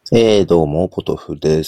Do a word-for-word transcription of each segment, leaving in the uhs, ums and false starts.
えー、どうも、ポトフです。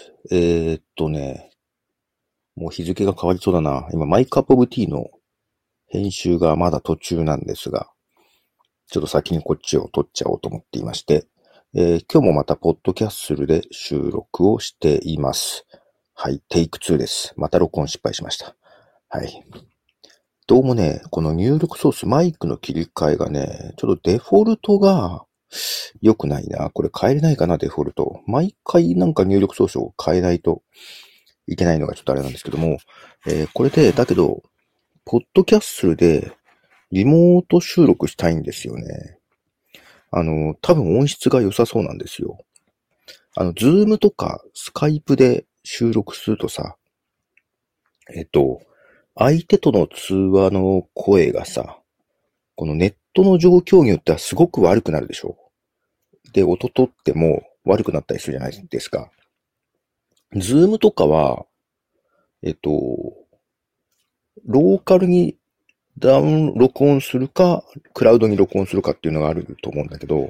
えーっとね、もう日付が変わりそうだな。今、マイカップオブティーの編集がまだ途中なんですが、ちょっと先にこっちを撮っちゃおうと思っていまして、えー今日もまたポッドキャッスルで収録をしています。はい、テイクツーです。また録音失敗しました。はい。どうもね、この入力ソース、マイクの切り替えがね、ちょっとデフォルトが良くないな。これ変えれないかな、デフォルト。毎回なんか入力ソースを変えないといけないのがちょっとあれなんですけども、えーこれで、だけど、ポッドキャッスルでリモート収録したいんですよね。あの、多分音質が良さそうなんですよ。あの、ズームとかスカイプで収録するとさ、えっと、相手との通話の声がさ、このネットの状況によってはすごく悪くなるでしょ。で、音取っても悪くなったりするじゃないですか。ズームとかは、えっと、ローカルにダウン、録音するか、クラウドに録音するかっていうのがあると思うんだけど、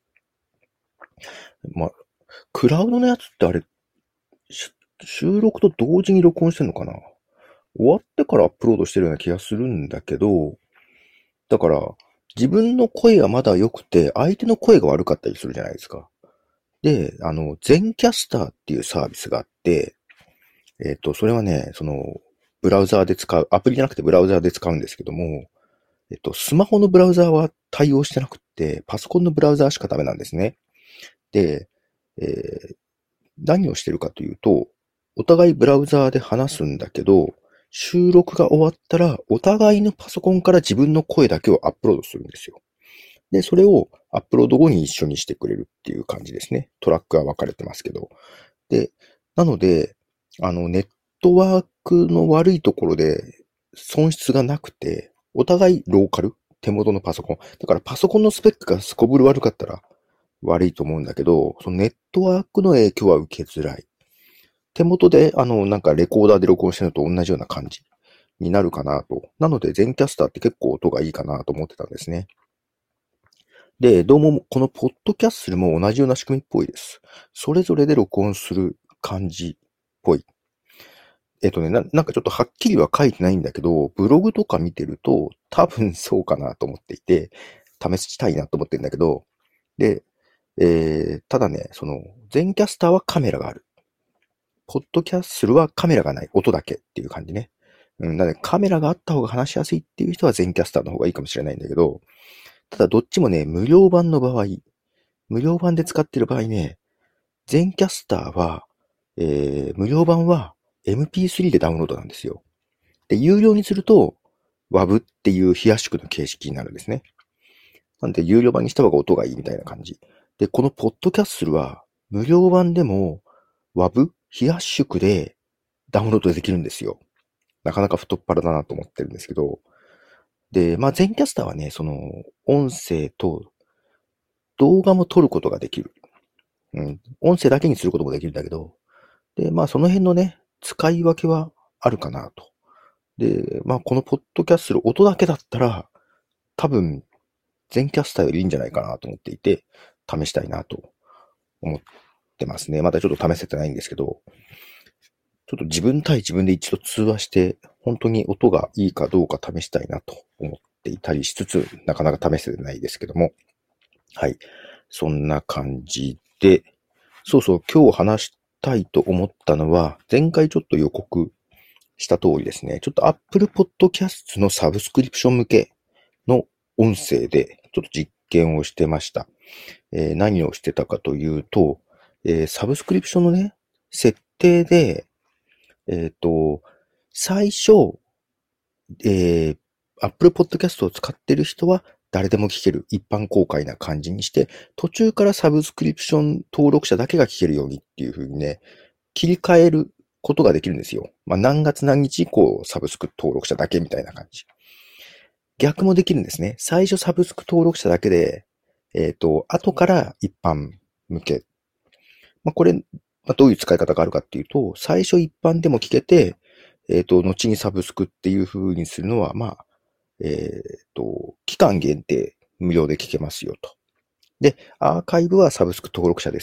まあ、クラウドのやつってあれ、し収録と同時に録音してんのかな。終わってからアップロードしてるような気がするんだけど、だから、自分の声がまだ良くて、相手の声が悪かったりするじゃないですか。で、あの、全キャスターっていうサービスがあって、えっと、それはね、その、ブラウザーで使う、アプリじゃなくてブラウザーで使うんですけども、えっと、スマホのブラウザーは対応してなくって、パソコンのブラウザーしかダメなんですね。で、えー何をしてるかというと、お互いブラウザーで話すんだけど、収録が終わったら、お互いのパソコンから自分の声だけをアップロードするんですよ。で、それをアップロード後に一緒にしてくれるっていう感じですね。トラックは分かれてますけど。で、なので、あの、ネットワークの悪いところで損失がなくて、お互いローカル、手元のパソコン。だからパソコンのスペックがすこぶる悪かったら悪いと思うんだけど、そのネットワークの影響は受けづらい。手元で、あの、なんかレコーダーで録音してるのと同じような感じになるかなと。なので、全キャスターって結構音がいいかなと思ってたんですね。で、どうも、このポッドキャッスルも同じような仕組みっぽいです。それぞれで録音する感じっぽい。えっとね、な、なんかちょっとはっきりは書いてないんだけど、ブログとか見てると、多分そうかなと思っていて、試したいなと思ってるんだけど、で、えー、ただね、その、全キャスターはカメラがある。ポッドキャッスルはカメラがない。音だけっていう感じね。うん、なのでカメラがあった方が話しやすいっていう人は全キャスターの方がいいかもしれないんだけど、ただどっちもね、無料版の場合、無料版で使ってる場合ね、全キャスターは、えー、無料版は エムピースリー でダウンロードなんですよ。で、有料にすると ダブリュー っていう非圧縮の形式になるんですね。なんで、有料版にした方が音がいいみたいな感じ。で、このポッドキャッスルは、無料版でも ダブリュー 非圧縮でダウンロードできるんですよ。なかなか太っ腹だなと思ってるんですけど。で、まあ、全キャスターはね、その、音声と動画も撮ることができる。うん。音声だけにすることもできるんだけど、で、まあ、その辺のね、使い分けはあるかなと。で、まあ、このポッドキャスト音だけだったら、多分、全キャスターよりいいんじゃないかなと思っていて、試したいなと思ってますね。まだちょっと試せてないんですけど、ちょっと自分対自分で一度通話して、本当に音がいいかどうか試したいなと思っていたりしつつ、なかなか試せてないですけども。はい。そんな感じで、そうそう、今日話したいと思ったのは、前回ちょっと予告した通りですね。ちょっと Apple Podcast のサブスクリプション向けの音声で、ちょっと実験をしてました。えー何をしてたかというと、えーサブスクリプションのね、設定で、えっと、最初、えー Apple Podcast を使ってる人は誰でも聞ける一般公開な感じにして、途中からサブスクリプション登録者だけが聞けるようにっていう風にね、切り替えることができるんですよ。まあ、何月何日以降サブスク登録者だけみたいな感じ。逆もできるんですね。最初サブスク登録者だけで、えっと、後から一般向け。まあ、これ、まあ、どういう使い方があるかっていうと、最初一般でも聞けて、えっと、後にサブスクっていう風にするのは、まあ、えっと、期間限定無料で聞けますよと。で、アーカイブはサブスク登録者ですよっ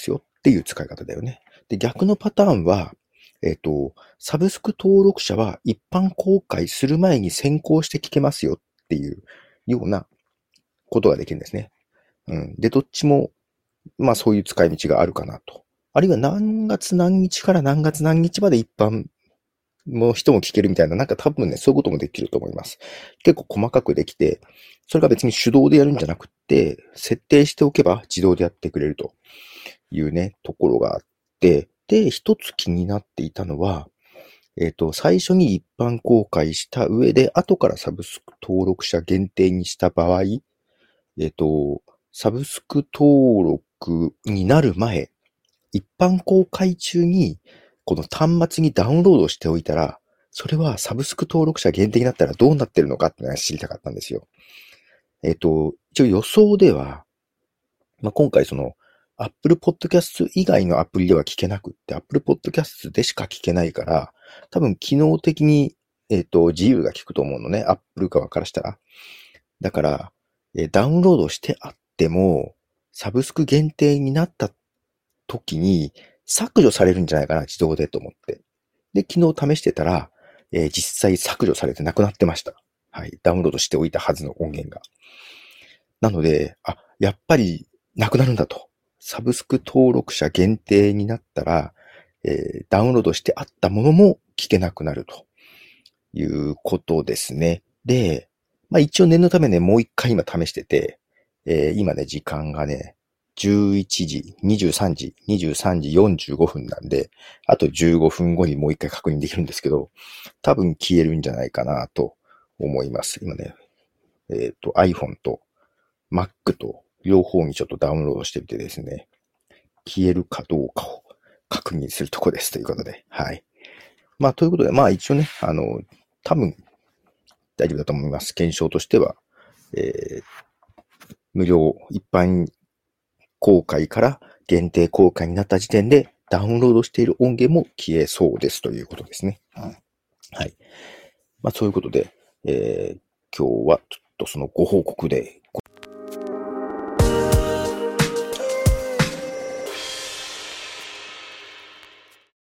っていう使い方だよね。で、逆のパターンは、えっと、サブスク登録者は一般公開する前に先行して聞けますよっていうようなことができるんですね。うん。で、どっちも、まあそういう使い道があるかなと。あるいは何月何日から何月何日まで一般の人も聞けるみたいな、なんか多分ね、そういうこともできると思います。結構細かくできて、それが別に手動でやるんじゃなくって、設定しておけば自動でやってくれるというね、ところがあって、で、一つ気になっていたのは、えっと、最初に一般公開した上で、後からサブスク登録者限定にした場合、えっと、サブスク登録になる前、一般公開中に、この端末にダウンロードしておいたら、それはサブスク登録者限定になったらどうなってるのかってのが知りたかったんですよ。えっと、一応予想では、まあ、今回その、Apple Podcast 以外のアプリでは聞けなくって、Apple Podcast でしか聞けないから、多分機能的に、えっと、自由が利くと思うのね。Apple 側からしたら。だから、えーダウンロードしてあっても、サブスク限定になった時に削除されるんじゃないかな、自動でと思って。で、昨日試してたら、えー実際削除されてなくなってました。はい。ダウンロードしておいたはずの音源が。なので、あ、やっぱりなくなるんだと。サブスク登録者限定になったら、えーダウンロードしてあったものも聞けなくなるということですね。で、まあ一応念のためね、もう一回今試してて、えー今ね、時間がね、じゅういちじ、にじゅうさんじ、にじゅうさんじよんじゅうごふんなんで、あとじゅうごふんごにもう一回確認できるんですけど、多分消えるんじゃないかなと思います。今ね、えっと iPhone と Mac と両方にちょっとダウンロードしてみてですね、消えるかどうかを確認するとこですということで、はい。まあ、ということで、まあ一応ね、あの、多分大丈夫だと思います。検証としては、えー無料一般公開から限定公開になった時点でダウンロードしている音源も消えそうですということですね。はい。まあそういうことで、えー今日はちょっとそのご報告で